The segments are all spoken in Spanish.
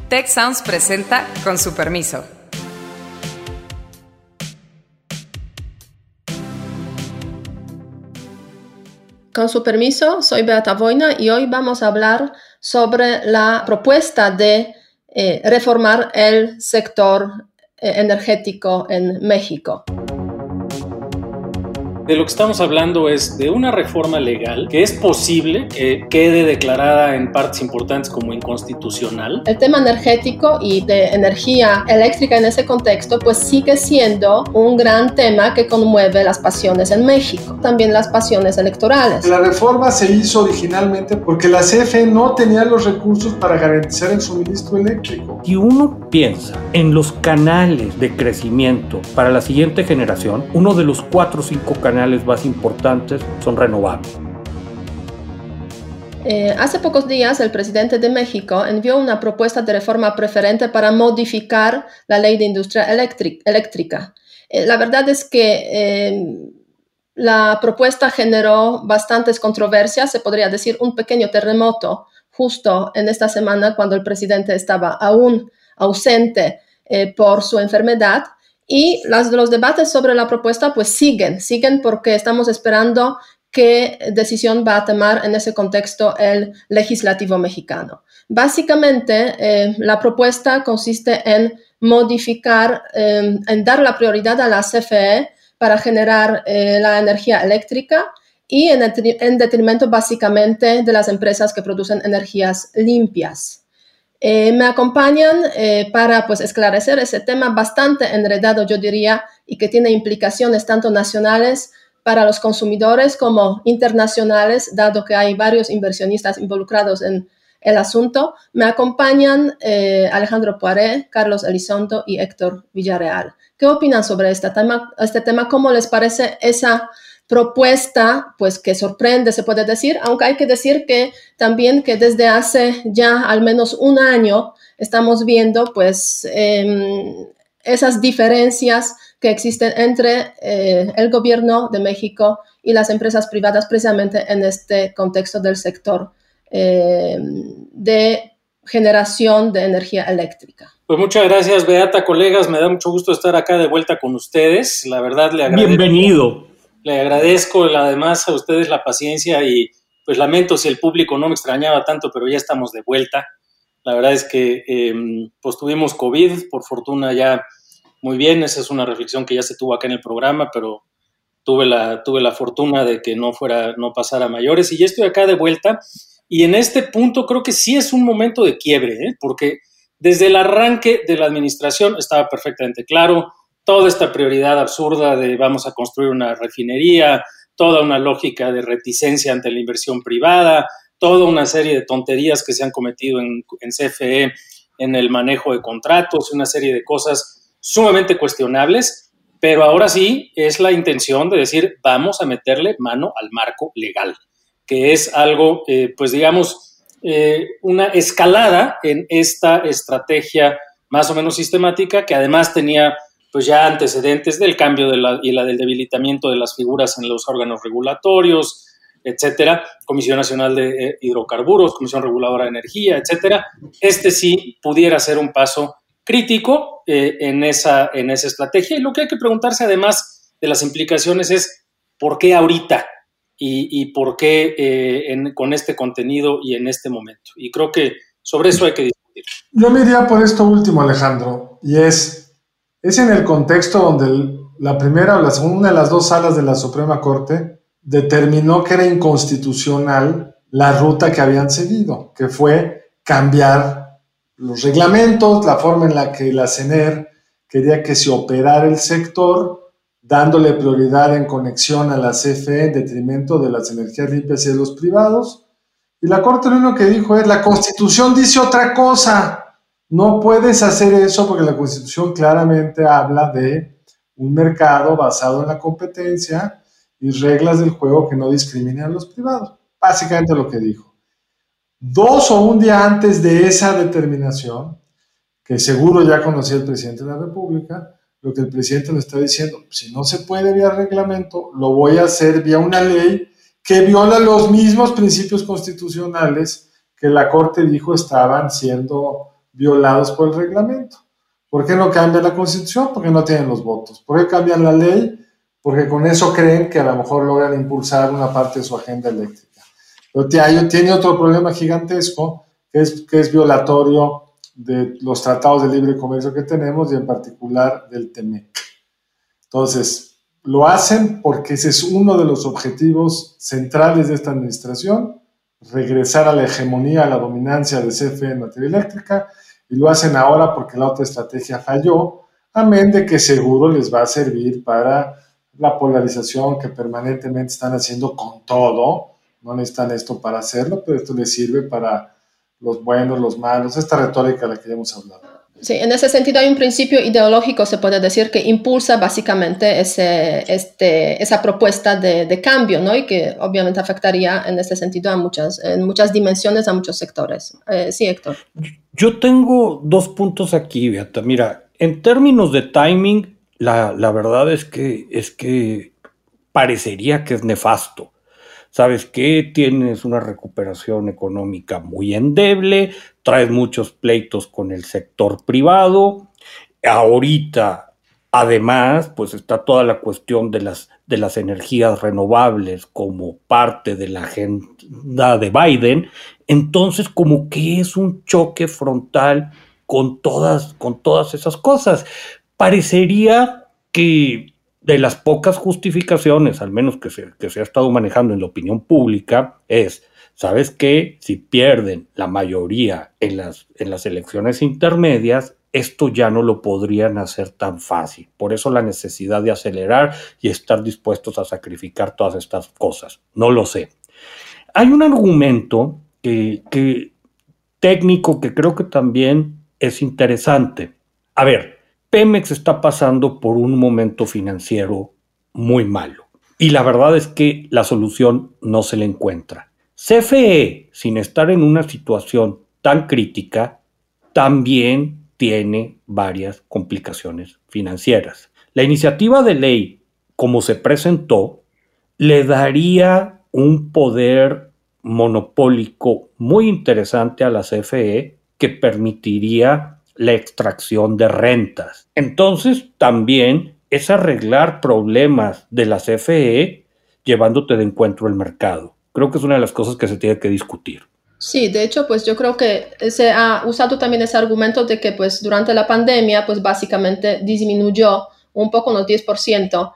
Tech Sounds presenta Con su permiso. Con su permiso, soy Beata Voina y hoy vamos a hablar sobre la propuesta de reformar el sector energético en México. De lo que estamos hablando es de una reforma legal que es posible que quede declarada en partes importantes como inconstitucional. El tema energético y de energía eléctrica en ese contexto pues sigue siendo un gran tema que conmueve las pasiones en México, también las pasiones electorales. La reforma se hizo originalmente porque la CFE no tenía los recursos para garantizar el suministro eléctrico. Si uno piensa en los canales de crecimiento para la siguiente generación, uno de los 4 o 5 canales más importantes son renovables. Hace pocos días el presidente de México envió una propuesta de reforma preferente para modificar la ley de industria eléctrica. La verdad es que la propuesta generó bastantes controversias, se podría decir un pequeño terremoto justo en esta semana cuando el presidente estaba aún ausente por su enfermedad. Y los debates sobre la propuesta pues siguen porque estamos esperando qué decisión va a tomar en ese contexto el legislativo mexicano. Básicamente, la propuesta consiste en modificar, en dar la prioridad a la CFE para generar la energía eléctrica y en detrimento básicamente de las empresas que producen energías limpias. Me acompañan para pues, esclarecer ese tema bastante enredado, yo diría, y que tiene implicaciones tanto nacionales para los consumidores como internacionales, dado que hay varios inversionistas involucrados en el asunto. Me acompañan Alejandro Poiré, Carlos Elizondo y Héctor Villarreal. ¿Qué opinan sobre este tema? ¿Cómo les parece esa propuesta, pues que sorprende, se puede decir, aunque hay que decir que también que desde hace ya al menos un año estamos viendo pues esas diferencias que existen entre el gobierno de México y las empresas privadas precisamente en este contexto del sector de generación de energía eléctrica. Pues muchas gracias, Beata, colegas, me da mucho gusto estar acá de vuelta con ustedes, la verdad le agradezco. Bienvenido. Le agradezco además a ustedes la paciencia y pues lamento si el público no me extrañaba tanto, pero ya estamos de vuelta. La verdad es que pues tuvimos COVID, por fortuna ya muy bien, esa es una reflexión que ya se tuvo acá en el programa, pero tuve la fortuna de que no pasara a mayores y ya estoy acá de vuelta. Y en este punto creo que sí es un momento de quiebre, porque desde el arranque de la administración estaba perfectamente claro toda esta prioridad absurda de vamos a construir una refinería, toda una lógica de reticencia ante la inversión privada, toda una serie de tonterías que se han cometido en CFE en el manejo de contratos, una serie de cosas sumamente cuestionables, pero ahora sí es la intención de decir vamos a meterle mano al marco legal, que es algo, pues digamos, una escalada en esta estrategia más o menos sistemática que además tenía pues ya antecedentes del cambio y la del debilitamiento de las figuras en los órganos regulatorios, etcétera, Comisión Nacional de Hidrocarburos, Comisión Reguladora de Energía, etcétera. Este sí pudiera ser un paso crítico en esa estrategia. Y lo que hay que preguntarse además de las implicaciones es ¿por qué ahorita? Y por qué con este contenido y en este momento. Y creo que sobre eso hay que discutir. Yo me iría por esto último, Alejandro, y es en el contexto donde la primera o la segunda, una de las dos salas de la Suprema Corte determinó que era inconstitucional la ruta que habían seguido, que fue cambiar los reglamentos, la forma en la que la CNER quería que se operara el sector, dándole prioridad en conexión a la CFE en detrimento de las energías limpias y de los privados. Y la Corte lo único que dijo es, la Constitución dice otra cosa. No puedes hacer eso porque la Constitución claramente habla de un mercado basado en la competencia y reglas del juego que no discriminen a los privados. Básicamente lo que dijo. 2 o un día antes de esa determinación, que seguro ya conocía el presidente de la República, lo que el presidente le está diciendo, si no se puede vía reglamento, lo voy a hacer vía una ley que viola los mismos principios constitucionales que la Corte dijo estaban siendo violados por el reglamento. ¿Por qué no cambian la Constitución? Porque no tienen los votos. ¿Por qué cambian la ley? Porque con eso creen que a lo mejor logran impulsar una parte de su agenda eléctrica. Pero tiene otro problema gigantesco, que es violatorio de los tratados de libre comercio que tenemos y en particular del TEMEC. Entonces, lo hacen porque ese es uno de los objetivos centrales de esta administración, regresar a la hegemonía, a la dominancia de CFE en materia eléctrica, y lo hacen ahora porque la otra estrategia falló, amén de que seguro les va a servir para la polarización que permanentemente están haciendo con todo. No necesitan esto para hacerlo, pero esto les sirve para los buenos, los malos, esta retórica de la que ya hemos hablado. Sí, en ese sentido hay un principio ideológico, se puede decir, que impulsa básicamente esa propuesta de cambio, ¿no? Y que obviamente afectaría en ese sentido en muchas dimensiones, a muchos sectores. Sí, Héctor. Yo tengo 2 puntos aquí, Beata. Mira, en términos de timing, la verdad es que parecería que es nefasto. ¿Sabes qué? Tienes una recuperación económica muy endeble, traes muchos pleitos con el sector privado. Ahorita, además, pues está toda la cuestión de las energías renovables como parte de la agenda de Biden. Entonces, como que es un choque frontal con todas esas cosas. Parecería que de las pocas justificaciones, al menos que se ha estado manejando en la opinión pública, es, ¿sabes qué? Si pierden la mayoría en las elecciones intermedias, esto ya no lo podrían hacer tan fácil. Por eso la necesidad de acelerar y estar dispuestos a sacrificar todas estas cosas. No lo sé. Hay un argumento técnico que creo que también es interesante. A ver, Pemex está pasando por un momento financiero muy malo y la verdad es que la solución no se le encuentra. CFE, sin estar en una situación tan crítica, también tiene varias complicaciones financieras. La iniciativa de ley, como se presentó, le daría un poder monopólico muy interesante a la CFE que permitiría la extracción de rentas. Entonces, también es arreglar problemas de la CFE llevándote de encuentro el mercado. Creo que es una de las cosas que se tiene que discutir. Sí, de hecho, pues yo creo que se ha usado también ese argumento de que pues durante la pandemia pues básicamente disminuyó un poco, unos 10%,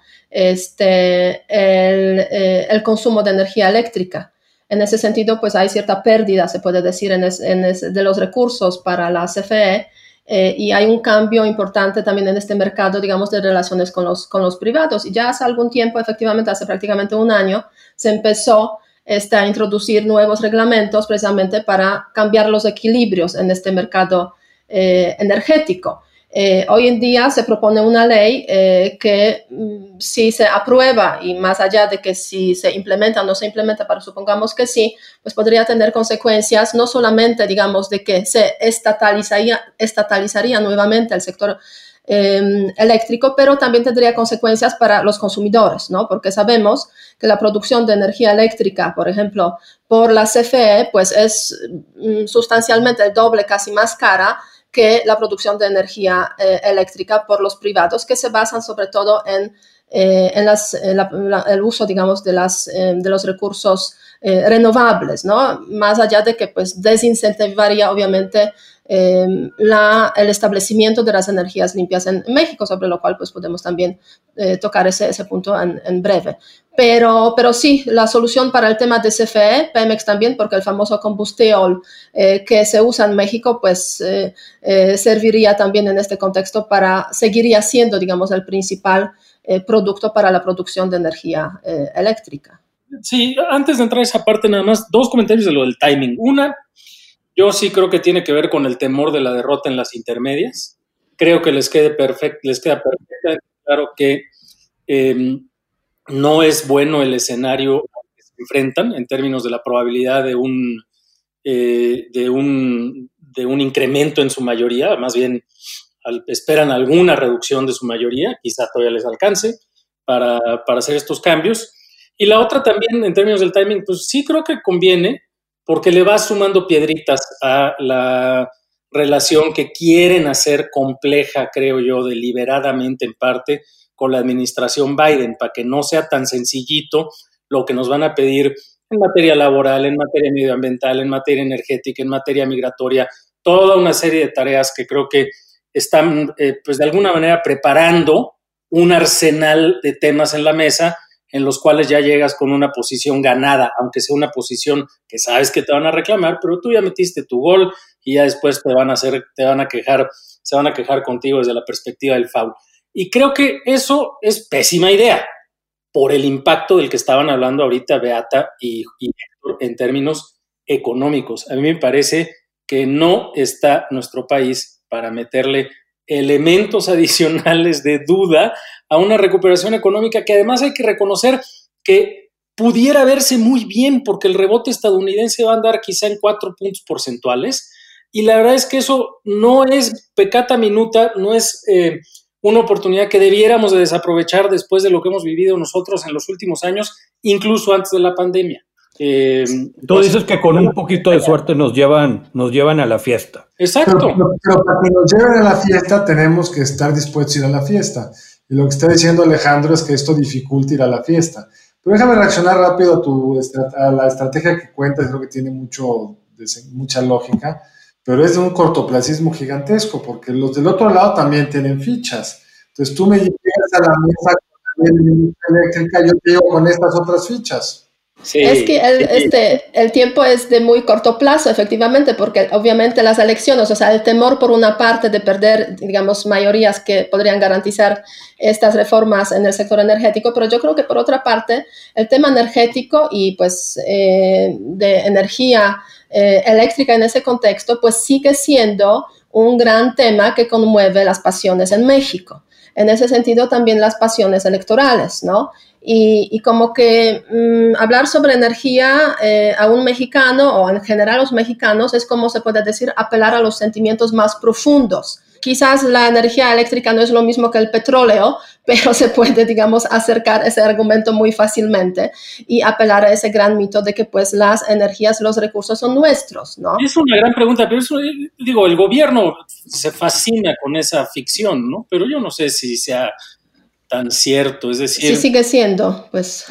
el consumo de energía eléctrica. En ese sentido, pues hay cierta pérdida, se puede decir, de los recursos para la CFE. Y hay un cambio importante también en este mercado, digamos, de relaciones con los privados. Y ya hace algún tiempo, efectivamente, hace prácticamente un año, se empezó a introducir nuevos reglamentos precisamente para cambiar los equilibrios en este mercado energético. Hoy en día se propone una ley que si se aprueba y más allá de que si se implementa o no se implementa, pero supongamos que sí, pues podría tener consecuencias no solamente, digamos, de que se estatalizaría nuevamente el sector eléctrico, pero también tendría consecuencias para los consumidores, ¿no? Porque sabemos que la producción de energía eléctrica, por ejemplo, por la CFE, pues es sustancialmente el doble, casi más cara que la producción de energía eléctrica por los privados, que se basan sobre todo en el uso, digamos, de los recursos renovables, ¿no? Más allá de que pues desincentivaría obviamente el establecimiento de las energías limpias en México, sobre lo cual pues podemos también tocar ese punto en breve. Pero sí, la solución para el tema de CFE, Pemex también, porque el famoso combustible que se usa en México, pues serviría también en este contexto seguiría siendo, digamos, el principal producto para la producción de energía eléctrica. Sí, antes de entrar a esa parte, nada más, 2 comentarios de lo del timing. Una, yo sí creo que tiene que ver con el temor de la derrota en las intermedias. Creo que les queda perfectamente claro que no es bueno el escenario al que se enfrentan en términos de la probabilidad de un incremento en su mayoría, más bien esperan alguna reducción de su mayoría, quizá todavía les alcance para hacer estos cambios. Y la otra también, en términos del timing, pues sí creo que conviene, porque le va sumando piedritas a relación que quieren hacer compleja, creo yo, deliberadamente en parte, con la administración Biden, para que no sea tan sencillito lo que nos van a pedir en materia laboral, en materia medioambiental, en materia energética, en materia migratoria, toda una serie de tareas que creo que están, pues de alguna manera preparando un arsenal de temas en la mesa en los cuales ya llegas con una posición ganada, aunque sea una posición que sabes que te van a reclamar, pero tú ya metiste tu gol y ya después se van a quejar contigo desde la perspectiva del foul. Y creo que eso es pésima idea por el impacto del que estaban hablando ahorita Beata y Héctor en términos económicos. A mí me parece que no está nuestro país para meterle elementos adicionales de duda a una recuperación económica que además hay que reconocer que pudiera verse muy bien porque el rebote estadounidense va a andar quizá en 4 puntos porcentuales y la verdad es que eso no es peccata minuta, no es una oportunidad que debiéramos de desaprovechar después de lo que hemos vivido nosotros en los últimos años, incluso antes de la pandemia. Tú dices que con un poquito de suerte nos llevan a la fiesta. Exacto. Pero para que nos lleven a la fiesta tenemos que estar dispuestos a ir a la fiesta. Y lo que está diciendo Alejandro es que esto dificulta ir a la fiesta. Pero déjame reaccionar rápido a la estrategia que cuentas, creo que tiene mucha lógica, pero es de un cortoplacismo gigantesco, porque los del otro lado también tienen fichas. Entonces tú me llegas a la mesa con la energía eléctrica, yo te llego con estas otras fichas. Sí, es que el tiempo es de muy corto plazo, efectivamente, porque obviamente las elecciones, o sea, el temor por una parte de perder, digamos, mayorías que podrían garantizar estas reformas en el sector energético, pero yo creo que por otra parte el tema energético y pues de energía eléctrica en ese contexto, pues sigue siendo un gran tema que conmueve las pasiones en México. En ese sentido también las pasiones electorales, ¿no? Y como que hablar sobre energía a un mexicano o en general a los mexicanos es como se puede decir apelar a los sentimientos más profundos. Quizás la energía eléctrica no es lo mismo que el petróleo, pero se puede, digamos, acercar ese argumento muy fácilmente y apelar a ese gran mito de que pues las energías, los recursos son nuestros, ¿no? Es una gran pregunta, pero eso, digo, el gobierno se fascina con esa ficción, ¿no? Pero yo no sé si sea tan cierto, es decir... Sí sigue siendo, pues...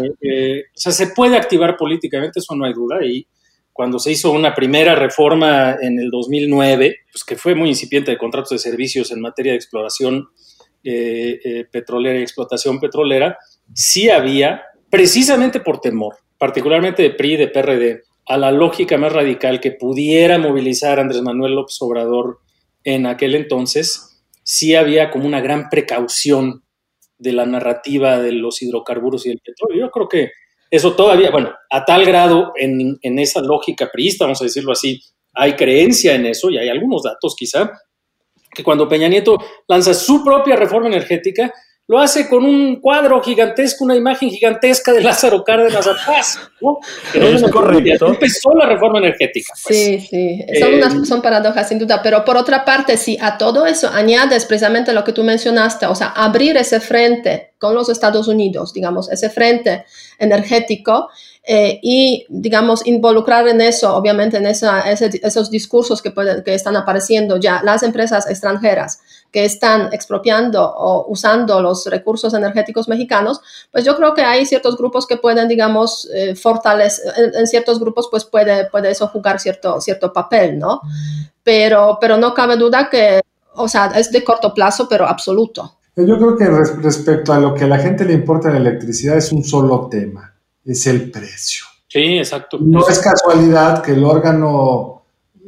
o sea, se puede activar políticamente, eso no hay duda, y cuando se hizo una primera reforma en el 2009, pues que fue muy incipiente de contratos de servicios en materia de exploración petrolera y explotación petrolera, sí había, precisamente por temor, particularmente de PRI y de PRD, a la lógica más radical que pudiera movilizar a Andrés Manuel López Obrador en aquel entonces, sí había como una gran precaución de la narrativa de los hidrocarburos y el petróleo. Yo creo que eso todavía, bueno, a tal grado en esa lógica priista, vamos a decirlo así, hay creencia en eso y hay algunos datos quizá, que cuando Peña Nieto lanza su propia reforma energética, lo hace con un cuadro gigantesco, una imagen gigantesca de Lázaro Cárdenas atrás, ¿no? Que es correcto. Empezó la reforma energética. Pues. Sí. Son paradojas sin duda, pero por otra parte, si a todo eso añades precisamente lo que tú mencionaste, o sea, abrir ese frente con los Estados Unidos, digamos, ese frente energético, y, digamos, involucrar en eso, obviamente, en esos discursos que están apareciendo ya, las empresas extranjeras que están expropiando o usando los recursos energéticos mexicanos, pues yo creo que hay ciertos grupos que pueden, digamos, fortalecer, en ciertos grupos pues puede eso jugar cierto papel, ¿no? Pero no cabe duda que, o sea, es de corto plazo, pero absoluto. Yo creo que respecto a lo que a la gente le importa la electricidad es un solo tema. Es el precio. Sí, exacto. No es casualidad que el órgano,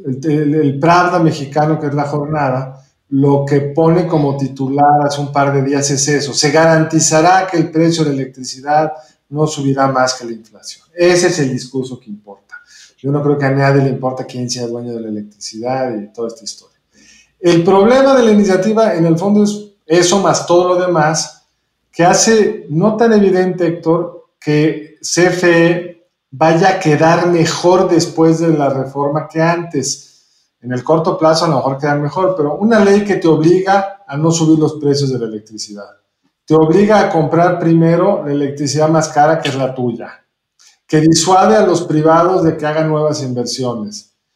el Pravda mexicano, que es la jornada, lo que pone como titular hace un par de días es eso. Se garantizará que el precio de la electricidad no subirá más que la inflación. Ese es el discurso que importa. Yo no creo que a nadie le importa quién sea dueño de la electricidad y toda esta historia. El problema de la iniciativa, en el fondo, es eso más todo lo demás, que hace no tan evidente, Héctor, que CFE vaya a quedar mejor después de la reforma que antes. En el corto plazo a lo mejor quedan mejor, pero una ley que te obliga a no subir los precios de la electricidad. Te obliga a comprar primero la electricidad más cara, que es la tuya. Que disuade a los privados de que hagan nuevas inversiones.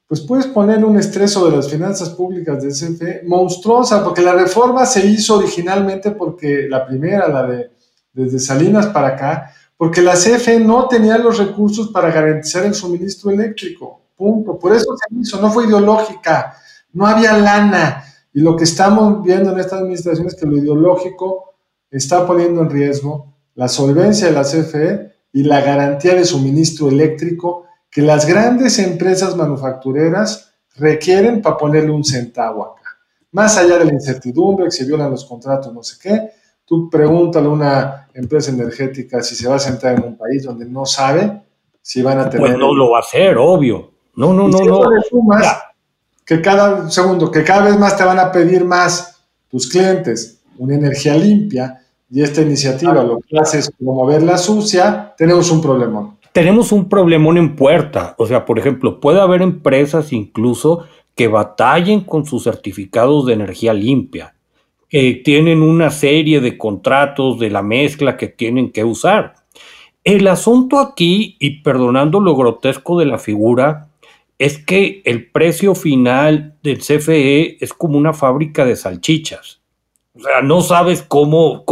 pues puedes ponerle un estrés sobre las finanzas públicas del CFE monstruosa, porque la reforma se hizo originalmente porque la primera, desde Salinas para acá, porque la CFE no tenía los recursos para garantizar el suministro eléctrico, punto. Por eso se hizo, no fue ideológica, no había lana. Y lo que estamos viendo en esta administración es que lo ideológico está poniendo en riesgo la solvencia de la CFE y la garantía de suministro eléctrico que las grandes empresas manufactureras requieren para ponerle un centavo acá. Más allá de la incertidumbre, que se violan los contratos, no sé qué, tú pregúntale a una empresa energética si se va a sentar en un país donde no sabe si van a tener... Pues no lo va a hacer, obvio. No. Le sumas que cada vez más te van a pedir más tus clientes una energía limpia, y esta iniciativa lo que hace es promoverla sucia, tenemos un problemón. Tenemos un problemón en puerta. O sea, por ejemplo, puede haber empresas incluso que batallen con sus certificados de energía limpia, que tienen una serie de contratos de la mezcla que tienen que usar. El asunto aquí, y perdonando lo grotesco de la figura, es que el precio final del CFE es como una fábrica de salchichas. O sea, no sabes cómo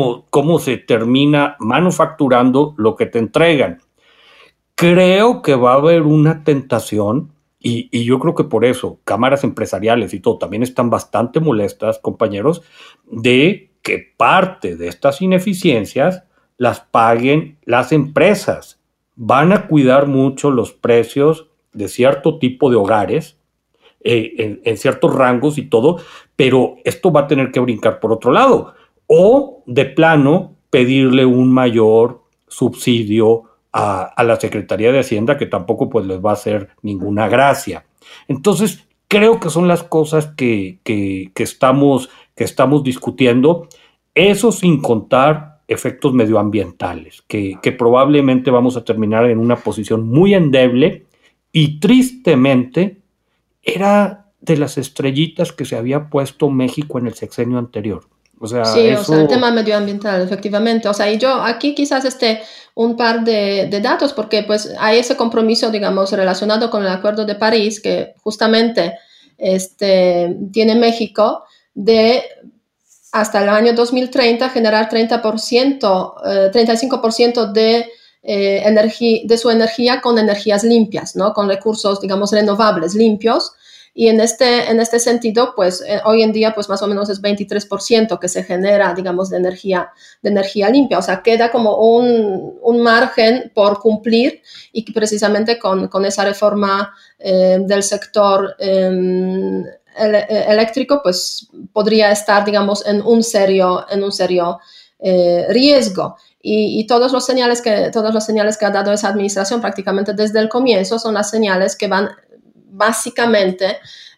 se termina manufacturando lo que te entregan. Creo que va a haber una tentación, y yo creo que por eso cámaras empresariales y todo también están bastante molestas, compañeros, de que parte de estas ineficiencias las paguen las empresas. Van a cuidar mucho los precios de cierto tipo de hogares, en ciertos rangos y todo, pero esto va a tener que brincar por otro lado, o de plano pedirle un mayor subsidio a la Secretaría de Hacienda, que tampoco pues les va a hacer ninguna gracia. Entonces, creo que son las cosas que estamos discutiendo, eso sin contar efectos medioambientales, que probablemente vamos a terminar en una posición muy endeble, y tristemente era de las estrellitas que se había puesto México en el sexenio anterior. O sea, sí, eso... o sea, el tema medioambiental, efectivamente. O sea, y yo aquí quizás un par de datos, porque pues hay ese compromiso, digamos, relacionado con el Acuerdo de París, que justamente tiene México de hasta el año 2030 generar 35% de su energía con energías limpias, ¿no? Con recursos, digamos, renovables, limpios. Y en este sentido, pues hoy en día, pues más o menos es 23% que se genera, digamos, de energía limpia. O sea, queda como un margen por cumplir, y que precisamente con esa reforma del sector eléctrico, pues podría estar, digamos, en un serio riesgo. Y todas las señales que ha dado esa administración prácticamente desde el comienzo son las señales que van básicamente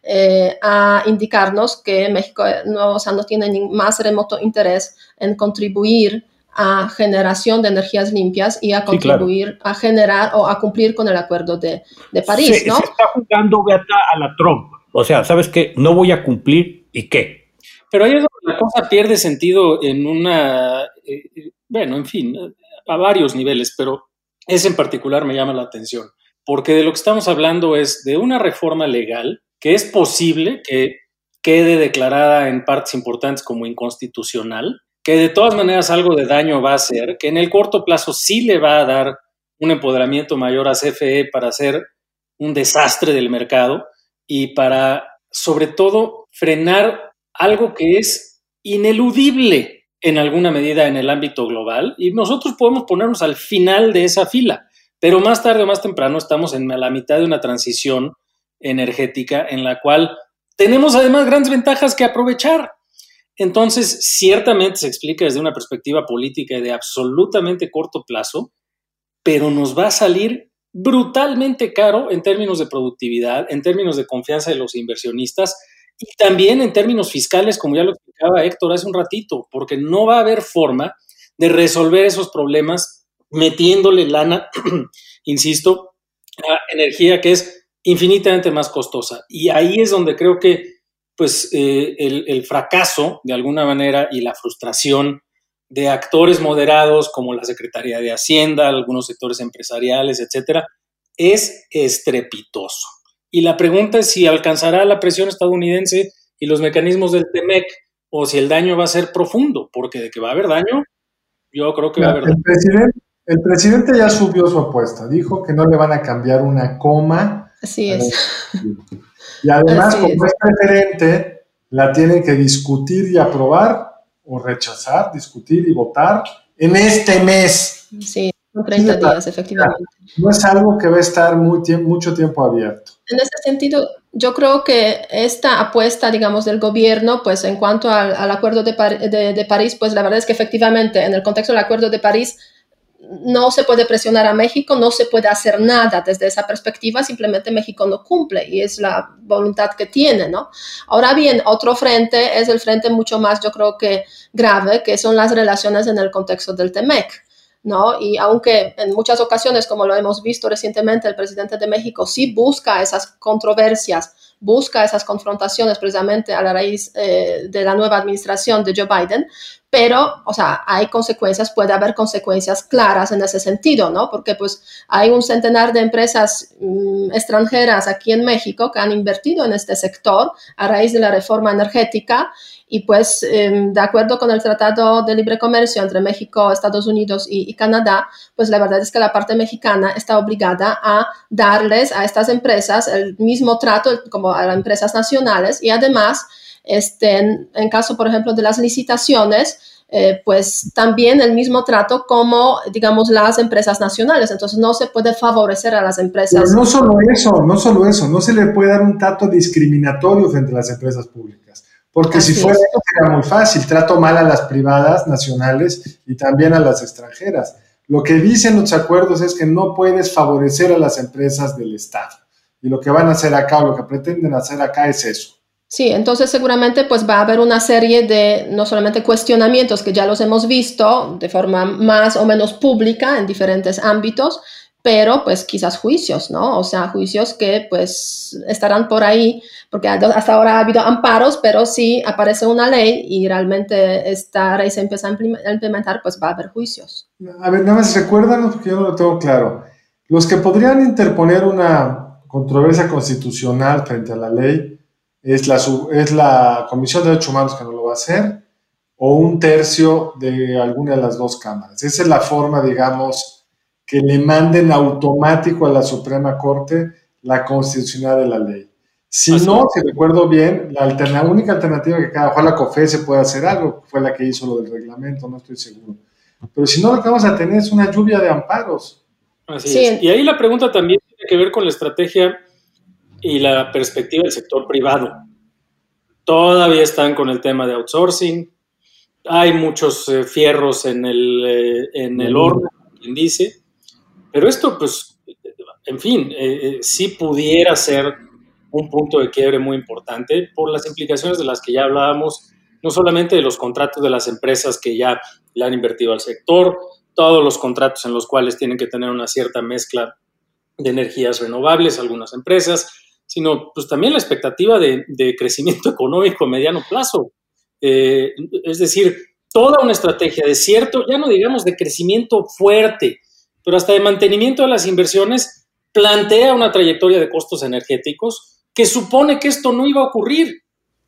a indicarnos que México no tiene ni más remoto interés en contribuir a generación de energías limpias y a contribuir, sí, claro, a generar o a cumplir con el Acuerdo de París, ¿no? Se está jugando, Beata, a la Trump. O sea, ¿sabes qué? No voy a cumplir, ¿y qué? Pero ahí es donde la cosa pierde sentido en una... bueno, en fin, a varios niveles, pero ese en particular me llama la atención, porque de lo que estamos hablando es de una reforma legal que es posible que quede declarada en partes importantes como inconstitucional, que de todas maneras algo de daño va a hacer, que en el corto plazo sí le va a dar un empoderamiento mayor a CFE para hacer un desastre del mercado y para, sobre todo, frenar algo que es ineludible en alguna medida en el ámbito global, y nosotros podemos ponernos al final de esa fila, pero más tarde o más temprano estamos en la mitad de una transición energética en la cual tenemos además grandes ventajas que aprovechar. Entonces, ciertamente se explica desde una perspectiva política de absolutamente corto plazo, pero nos va a salir brutalmente caro en términos de productividad, en términos de confianza de los inversionistas y también en términos fiscales, como ya lo explicaba Héctor hace un ratito, porque no va a haber forma de resolver esos problemas metiéndole lana, insisto, a energía que es infinitamente más costosa. Y ahí es donde creo que pues, el fracaso, de alguna manera, y la frustración de actores moderados como la Secretaría de Hacienda, algunos sectores empresariales, etcétera, es estrepitoso. y la pregunta es si alcanzará la presión estadounidense y los mecanismos del TEMEC o si el daño va a ser profundo, porque de que va a haber daño, yo creo que va a haber daño. El presidente ya subió su apuesta, dijo que no le van a cambiar una coma. Así es. Y además, como es preferente, la tienen que discutir y aprobar o rechazar, discutir y votar en este mes. Sí, son 30 días, efectivamente. No es algo que va a estar mucho tiempo abierto. En ese sentido, yo creo que esta apuesta, digamos, del gobierno, pues en cuanto al Acuerdo de París, pues la verdad es que efectivamente en el contexto del Acuerdo de París no se puede presionar a México, no se puede hacer nada desde esa perspectiva, simplemente México no cumple y es la voluntad que tiene, ¿no? Ahora bien, otro frente es el frente mucho más, yo creo que grave, que son las relaciones en el contexto del TEMEC, ¿no? Y aunque en muchas ocasiones, como lo hemos visto recientemente, el presidente de México sí busca esas controversias, busca esas confrontaciones precisamente a la raíz de la nueva administración de Joe Biden, pero, o sea, hay consecuencias, puede haber consecuencias claras en ese sentido, ¿no? Porque pues hay un centenar de empresas extranjeras aquí en México que han invertido en este sector a raíz de la reforma energética y pues de acuerdo con el Tratado de Libre Comercio entre México, Estados Unidos y Canadá, pues la verdad es que la parte mexicana está obligada a darles a estas empresas el mismo trato como a las empresas nacionales y además en caso, por ejemplo, de las licitaciones, pues también el mismo trato como, digamos, las empresas nacionales. Entonces, no se puede favorecer a las empresas. Pero no solo eso, no se le puede dar un trato discriminatorio frente a las empresas públicas. Porque si fuera eso, sería muy fácil. Trato mal a las privadas nacionales y también a las extranjeras. Lo que dicen los acuerdos es que no puedes favorecer a las empresas del Estado. Y lo que van a hacer acá o lo que pretenden hacer acá es eso. Sí, entonces seguramente pues va a haber una serie de no solamente cuestionamientos que ya los hemos visto de forma más o menos pública en diferentes ámbitos, pero pues quizás juicios, ¿no? O sea, juicios que pues estarán por ahí, porque hasta ahora ha habido amparos, pero si aparece una ley y realmente esta ley se empieza a implementar, pues va a haber juicios. A ver, nada más recuérdanos porque yo no lo tengo claro. Los que podrían interponer una controversia constitucional frente a la ley es la Comisión de Derechos Humanos que no lo va a hacer, o un tercio de alguna de las dos cámaras. Esa es la forma, digamos, que le manden automático a la Suprema Corte la constitucionalidad de la ley. Si no, si recuerdo bien, la única alternativa que cada la COFECE se puede hacer algo, fue la que hizo lo del reglamento, no estoy seguro. Pero si no, lo que vamos a tener es una lluvia de amparos. Así es. Y ahí la pregunta también tiene que ver con la estrategia y la perspectiva del sector privado. Todavía están con el tema de outsourcing, hay muchos fierros en el horno, quien dice, pero esto, pues, en fin, sí pudiera ser un punto de quiebre muy importante por las implicaciones de las que ya hablábamos, no solamente de los contratos de las empresas que ya le han invertido al sector, todos los contratos en los cuales tienen que tener una cierta mezcla de energías renovables algunas empresas, sino pues también la expectativa de crecimiento económico a mediano plazo. Es decir, toda una estrategia de cierto, ya no digamos de crecimiento fuerte, pero hasta de mantenimiento de las inversiones, plantea una trayectoria de costos energéticos que supone que esto no iba a ocurrir.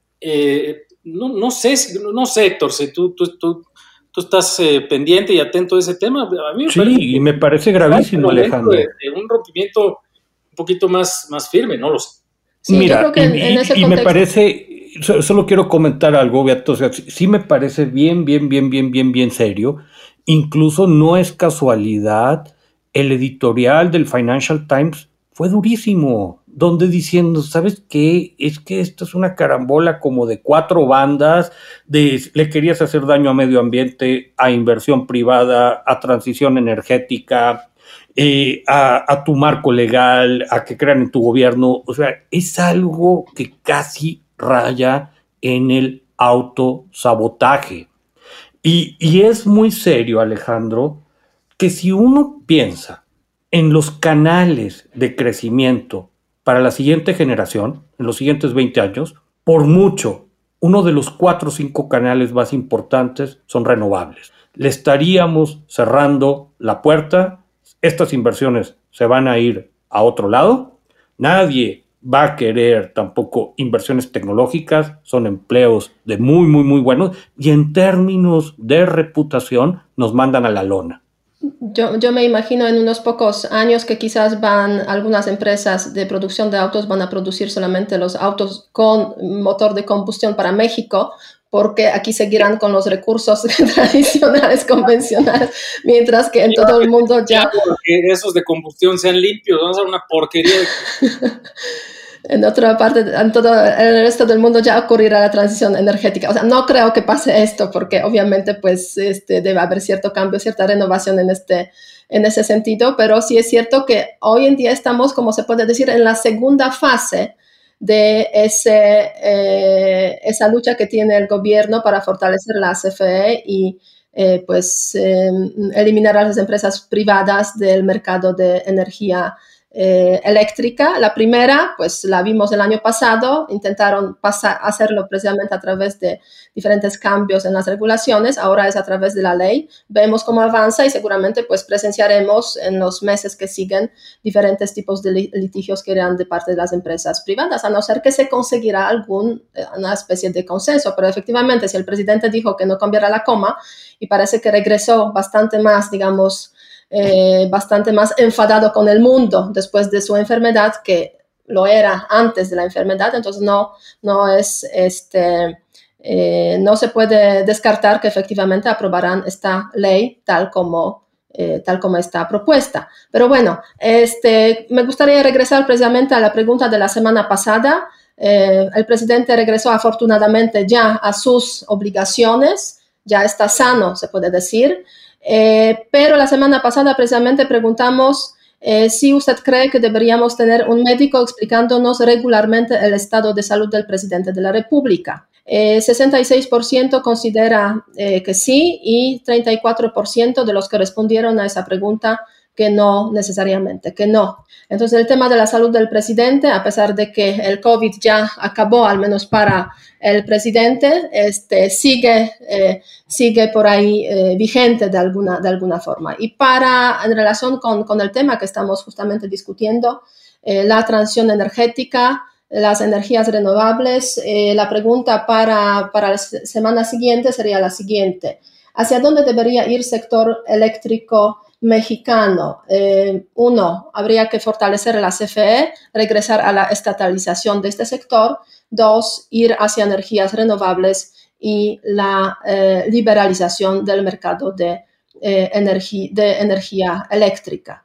No sé, Héctor, si tú estás pendiente y atento de ese tema. A mí y me parece gravísimo, Alejandro. De un rompimiento un poquito más firme, no lo sé. Sí, mira, yo creo que en ese contexto... me parece, solo quiero comentar algo, Beato, o sea, sí me parece bien serio. Incluso no es casualidad, el editorial del Financial Times fue durísimo, donde diciendo, ¿sabes qué? Es que esto es una carambola como de 4 bandas, le querías hacer daño a medio ambiente, a inversión privada, a transición energética, a tu marco legal, a que crean en tu gobierno. O sea, es algo que casi raya en el autosabotaje. Y es muy serio, Alejandro, que si uno piensa en los canales de crecimiento para la siguiente generación, en los siguientes 20 años, por mucho, uno de los 4 o 5 canales más importantes son renovables. Le estaríamos cerrando la puerta. Estas inversiones se van a ir a otro lado. Nadie va a querer tampoco inversiones tecnológicas, son empleos de muy, muy, muy buenos, y en términos de reputación nos mandan a la lona. Yo me imagino en unos pocos años que quizás algunas empresas de producción de autos van a producir solamente los autos con motor de combustión para México, porque aquí seguirán con los recursos tradicionales, convencionales, mientras que en todo el mundo ya... Que esos de combustión sean limpios, vamos a ser una porquería. En otra parte, en todo el resto del mundo ya ocurrirá la transición energética. O sea, no creo que pase esto, porque obviamente pues debe haber cierto cambio, cierta renovación en ese sentido, pero sí es cierto que hoy en día estamos, como se puede decir, en la segunda fase de esa lucha que tiene el gobierno para fortalecer la CFE y eliminar a las empresas privadas del mercado de energía eléctrica. La primera, pues la vimos el año pasado, intentaron hacerlo precisamente a través de diferentes cambios en las regulaciones, ahora es a través de la ley, vemos cómo avanza y seguramente pues presenciaremos en los meses que siguen diferentes tipos de litigios que irán de parte de las empresas privadas, a no ser que se conseguirá una especie de consenso, pero efectivamente si el presidente dijo que no cambiará la coma y parece que regresó bastante más, digamos, bastante más enfadado con el mundo después de su enfermedad que lo era antes de la enfermedad, entonces no se puede descartar que efectivamente aprobarán esta ley tal como está propuesta. Pero bueno, me gustaría regresar precisamente a la pregunta de la semana pasada. El presidente regresó afortunadamente ya a sus obligaciones, ya está sano, se puede decir. Pero la semana pasada precisamente preguntamos si usted cree que deberíamos tener un médico explicándonos regularmente el estado de salud del presidente de la República. 66% considera que sí y 34% de los que respondieron a esa pregunta que no necesariamente, que no. Entonces el tema de la salud del presidente, a pesar de que el COVID ya acabó, al menos para el presidente, sigue por ahí vigente de alguna forma. Y en relación con el tema que estamos justamente discutiendo, la transición energética, las energías renovables, la pregunta para la semana siguiente sería la siguiente. ¿Hacia dónde debería ir el sector eléctrico mexicano? Uno, habría que fortalecer la CFE, regresar a la estatalización de este sector. Dos, ir hacia energías renovables y la liberalización del mercado de energía eléctrica.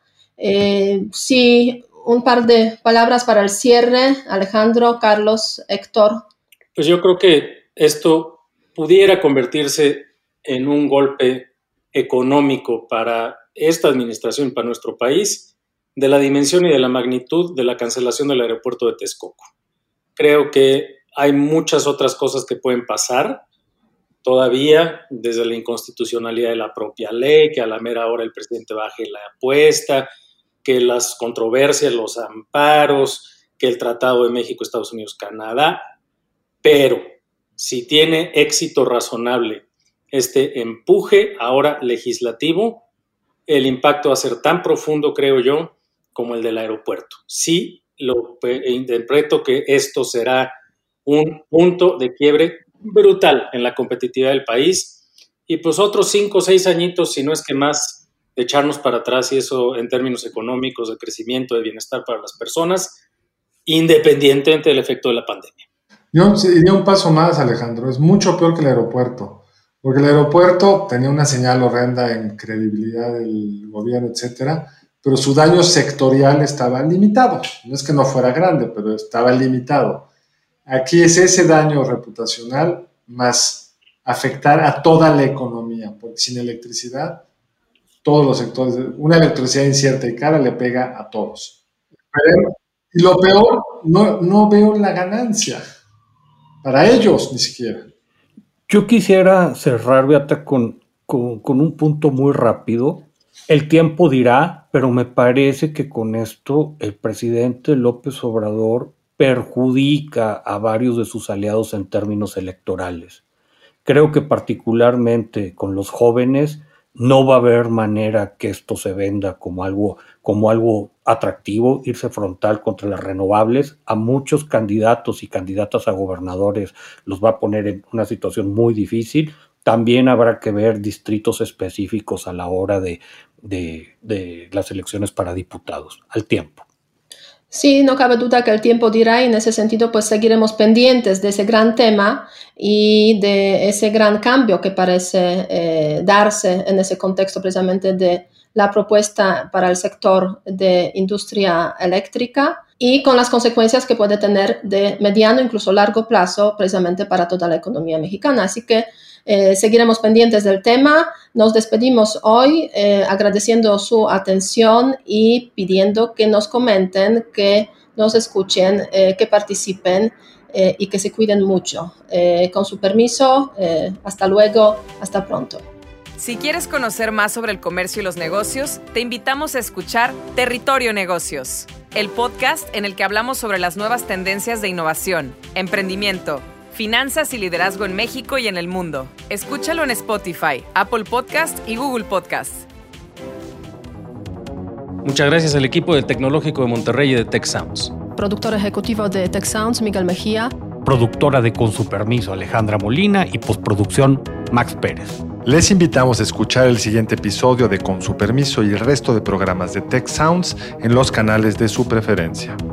Sí, un par de palabras para el cierre. Alejandro, Carlos, Héctor. Pues yo creo que esto pudiera convertirse en un golpe económico para esta administración, para nuestro país, de la dimensión y de la magnitud de la cancelación del aeropuerto de Texcoco. Creo que hay muchas otras cosas que pueden pasar todavía, desde la inconstitucionalidad de la propia ley, que a la mera hora el presidente baje la apuesta, que las controversias, los amparos, que el Tratado de México, Estados Unidos, Canadá, pero si tiene éxito razonable este empuje ahora legislativo, el impacto va a ser tan profundo, creo yo, como el del aeropuerto. Sí, lo interpreto que esto será un punto de quiebre brutal en la competitividad del país y pues otros 5 o 6 añitos, si no es que más, de echarnos para atrás, y eso en términos económicos, de crecimiento, de bienestar para las personas, independientemente del efecto de la pandemia. Yo iría un paso más, Alejandro. Es mucho peor que el aeropuerto, porque el aeropuerto tenía una señal horrenda en credibilidad del gobierno, etcétera, pero su daño sectorial estaba limitado. No es que no fuera grande, pero estaba limitado. Aquí es ese daño reputacional más afectar a toda la economía, porque sin electricidad, todos los sectores, una electricidad incierta y cara le pega a todos. Y lo peor, no veo la ganancia para ellos ni siquiera. Yo quisiera cerrar, Beata, con un punto muy rápido. El tiempo dirá, pero me parece que con esto el presidente López Obrador perjudica a varios de sus aliados en términos electorales. Creo que particularmente con los jóvenes no va a haber manera que esto se venda como algo atractivo irse frontal contra las renovables. A muchos candidatos y candidatas a gobernadores los va a poner en una situación muy difícil. También habrá que ver distritos específicos a la hora de las elecciones para diputados, al tiempo. Sí, no cabe duda que el tiempo dirá, y en ese sentido pues seguiremos pendientes de ese gran tema y de ese gran cambio que parece darse en ese contexto precisamente de la propuesta para el sector de industria eléctrica y con las consecuencias que puede tener de mediano, incluso largo plazo, precisamente para toda la economía mexicana. Así que seguiremos pendientes del tema. Nos despedimos hoy agradeciendo su atención y pidiendo que nos comenten, que nos escuchen, que participen y que se cuiden mucho. Con su permiso, hasta luego, hasta pronto. Si quieres conocer más sobre el comercio y los negocios, te invitamos a escuchar Territorio Negocios, el podcast en el que hablamos sobre las nuevas tendencias de innovación, emprendimiento, finanzas y liderazgo en México y en el mundo. Escúchalo en Spotify, Apple Podcast y Google Podcast. Muchas gracias al equipo del Tecnológico de Monterrey y de Tech Sounds. Productor ejecutivo de Tech Sounds, Miguel Mejía. Productora de Con su permiso, Alejandra Molina, y postproducción, Max Pérez. Les invitamos a escuchar el siguiente episodio de Con su permiso y el resto de programas de Tech Sounds en los canales de su preferencia.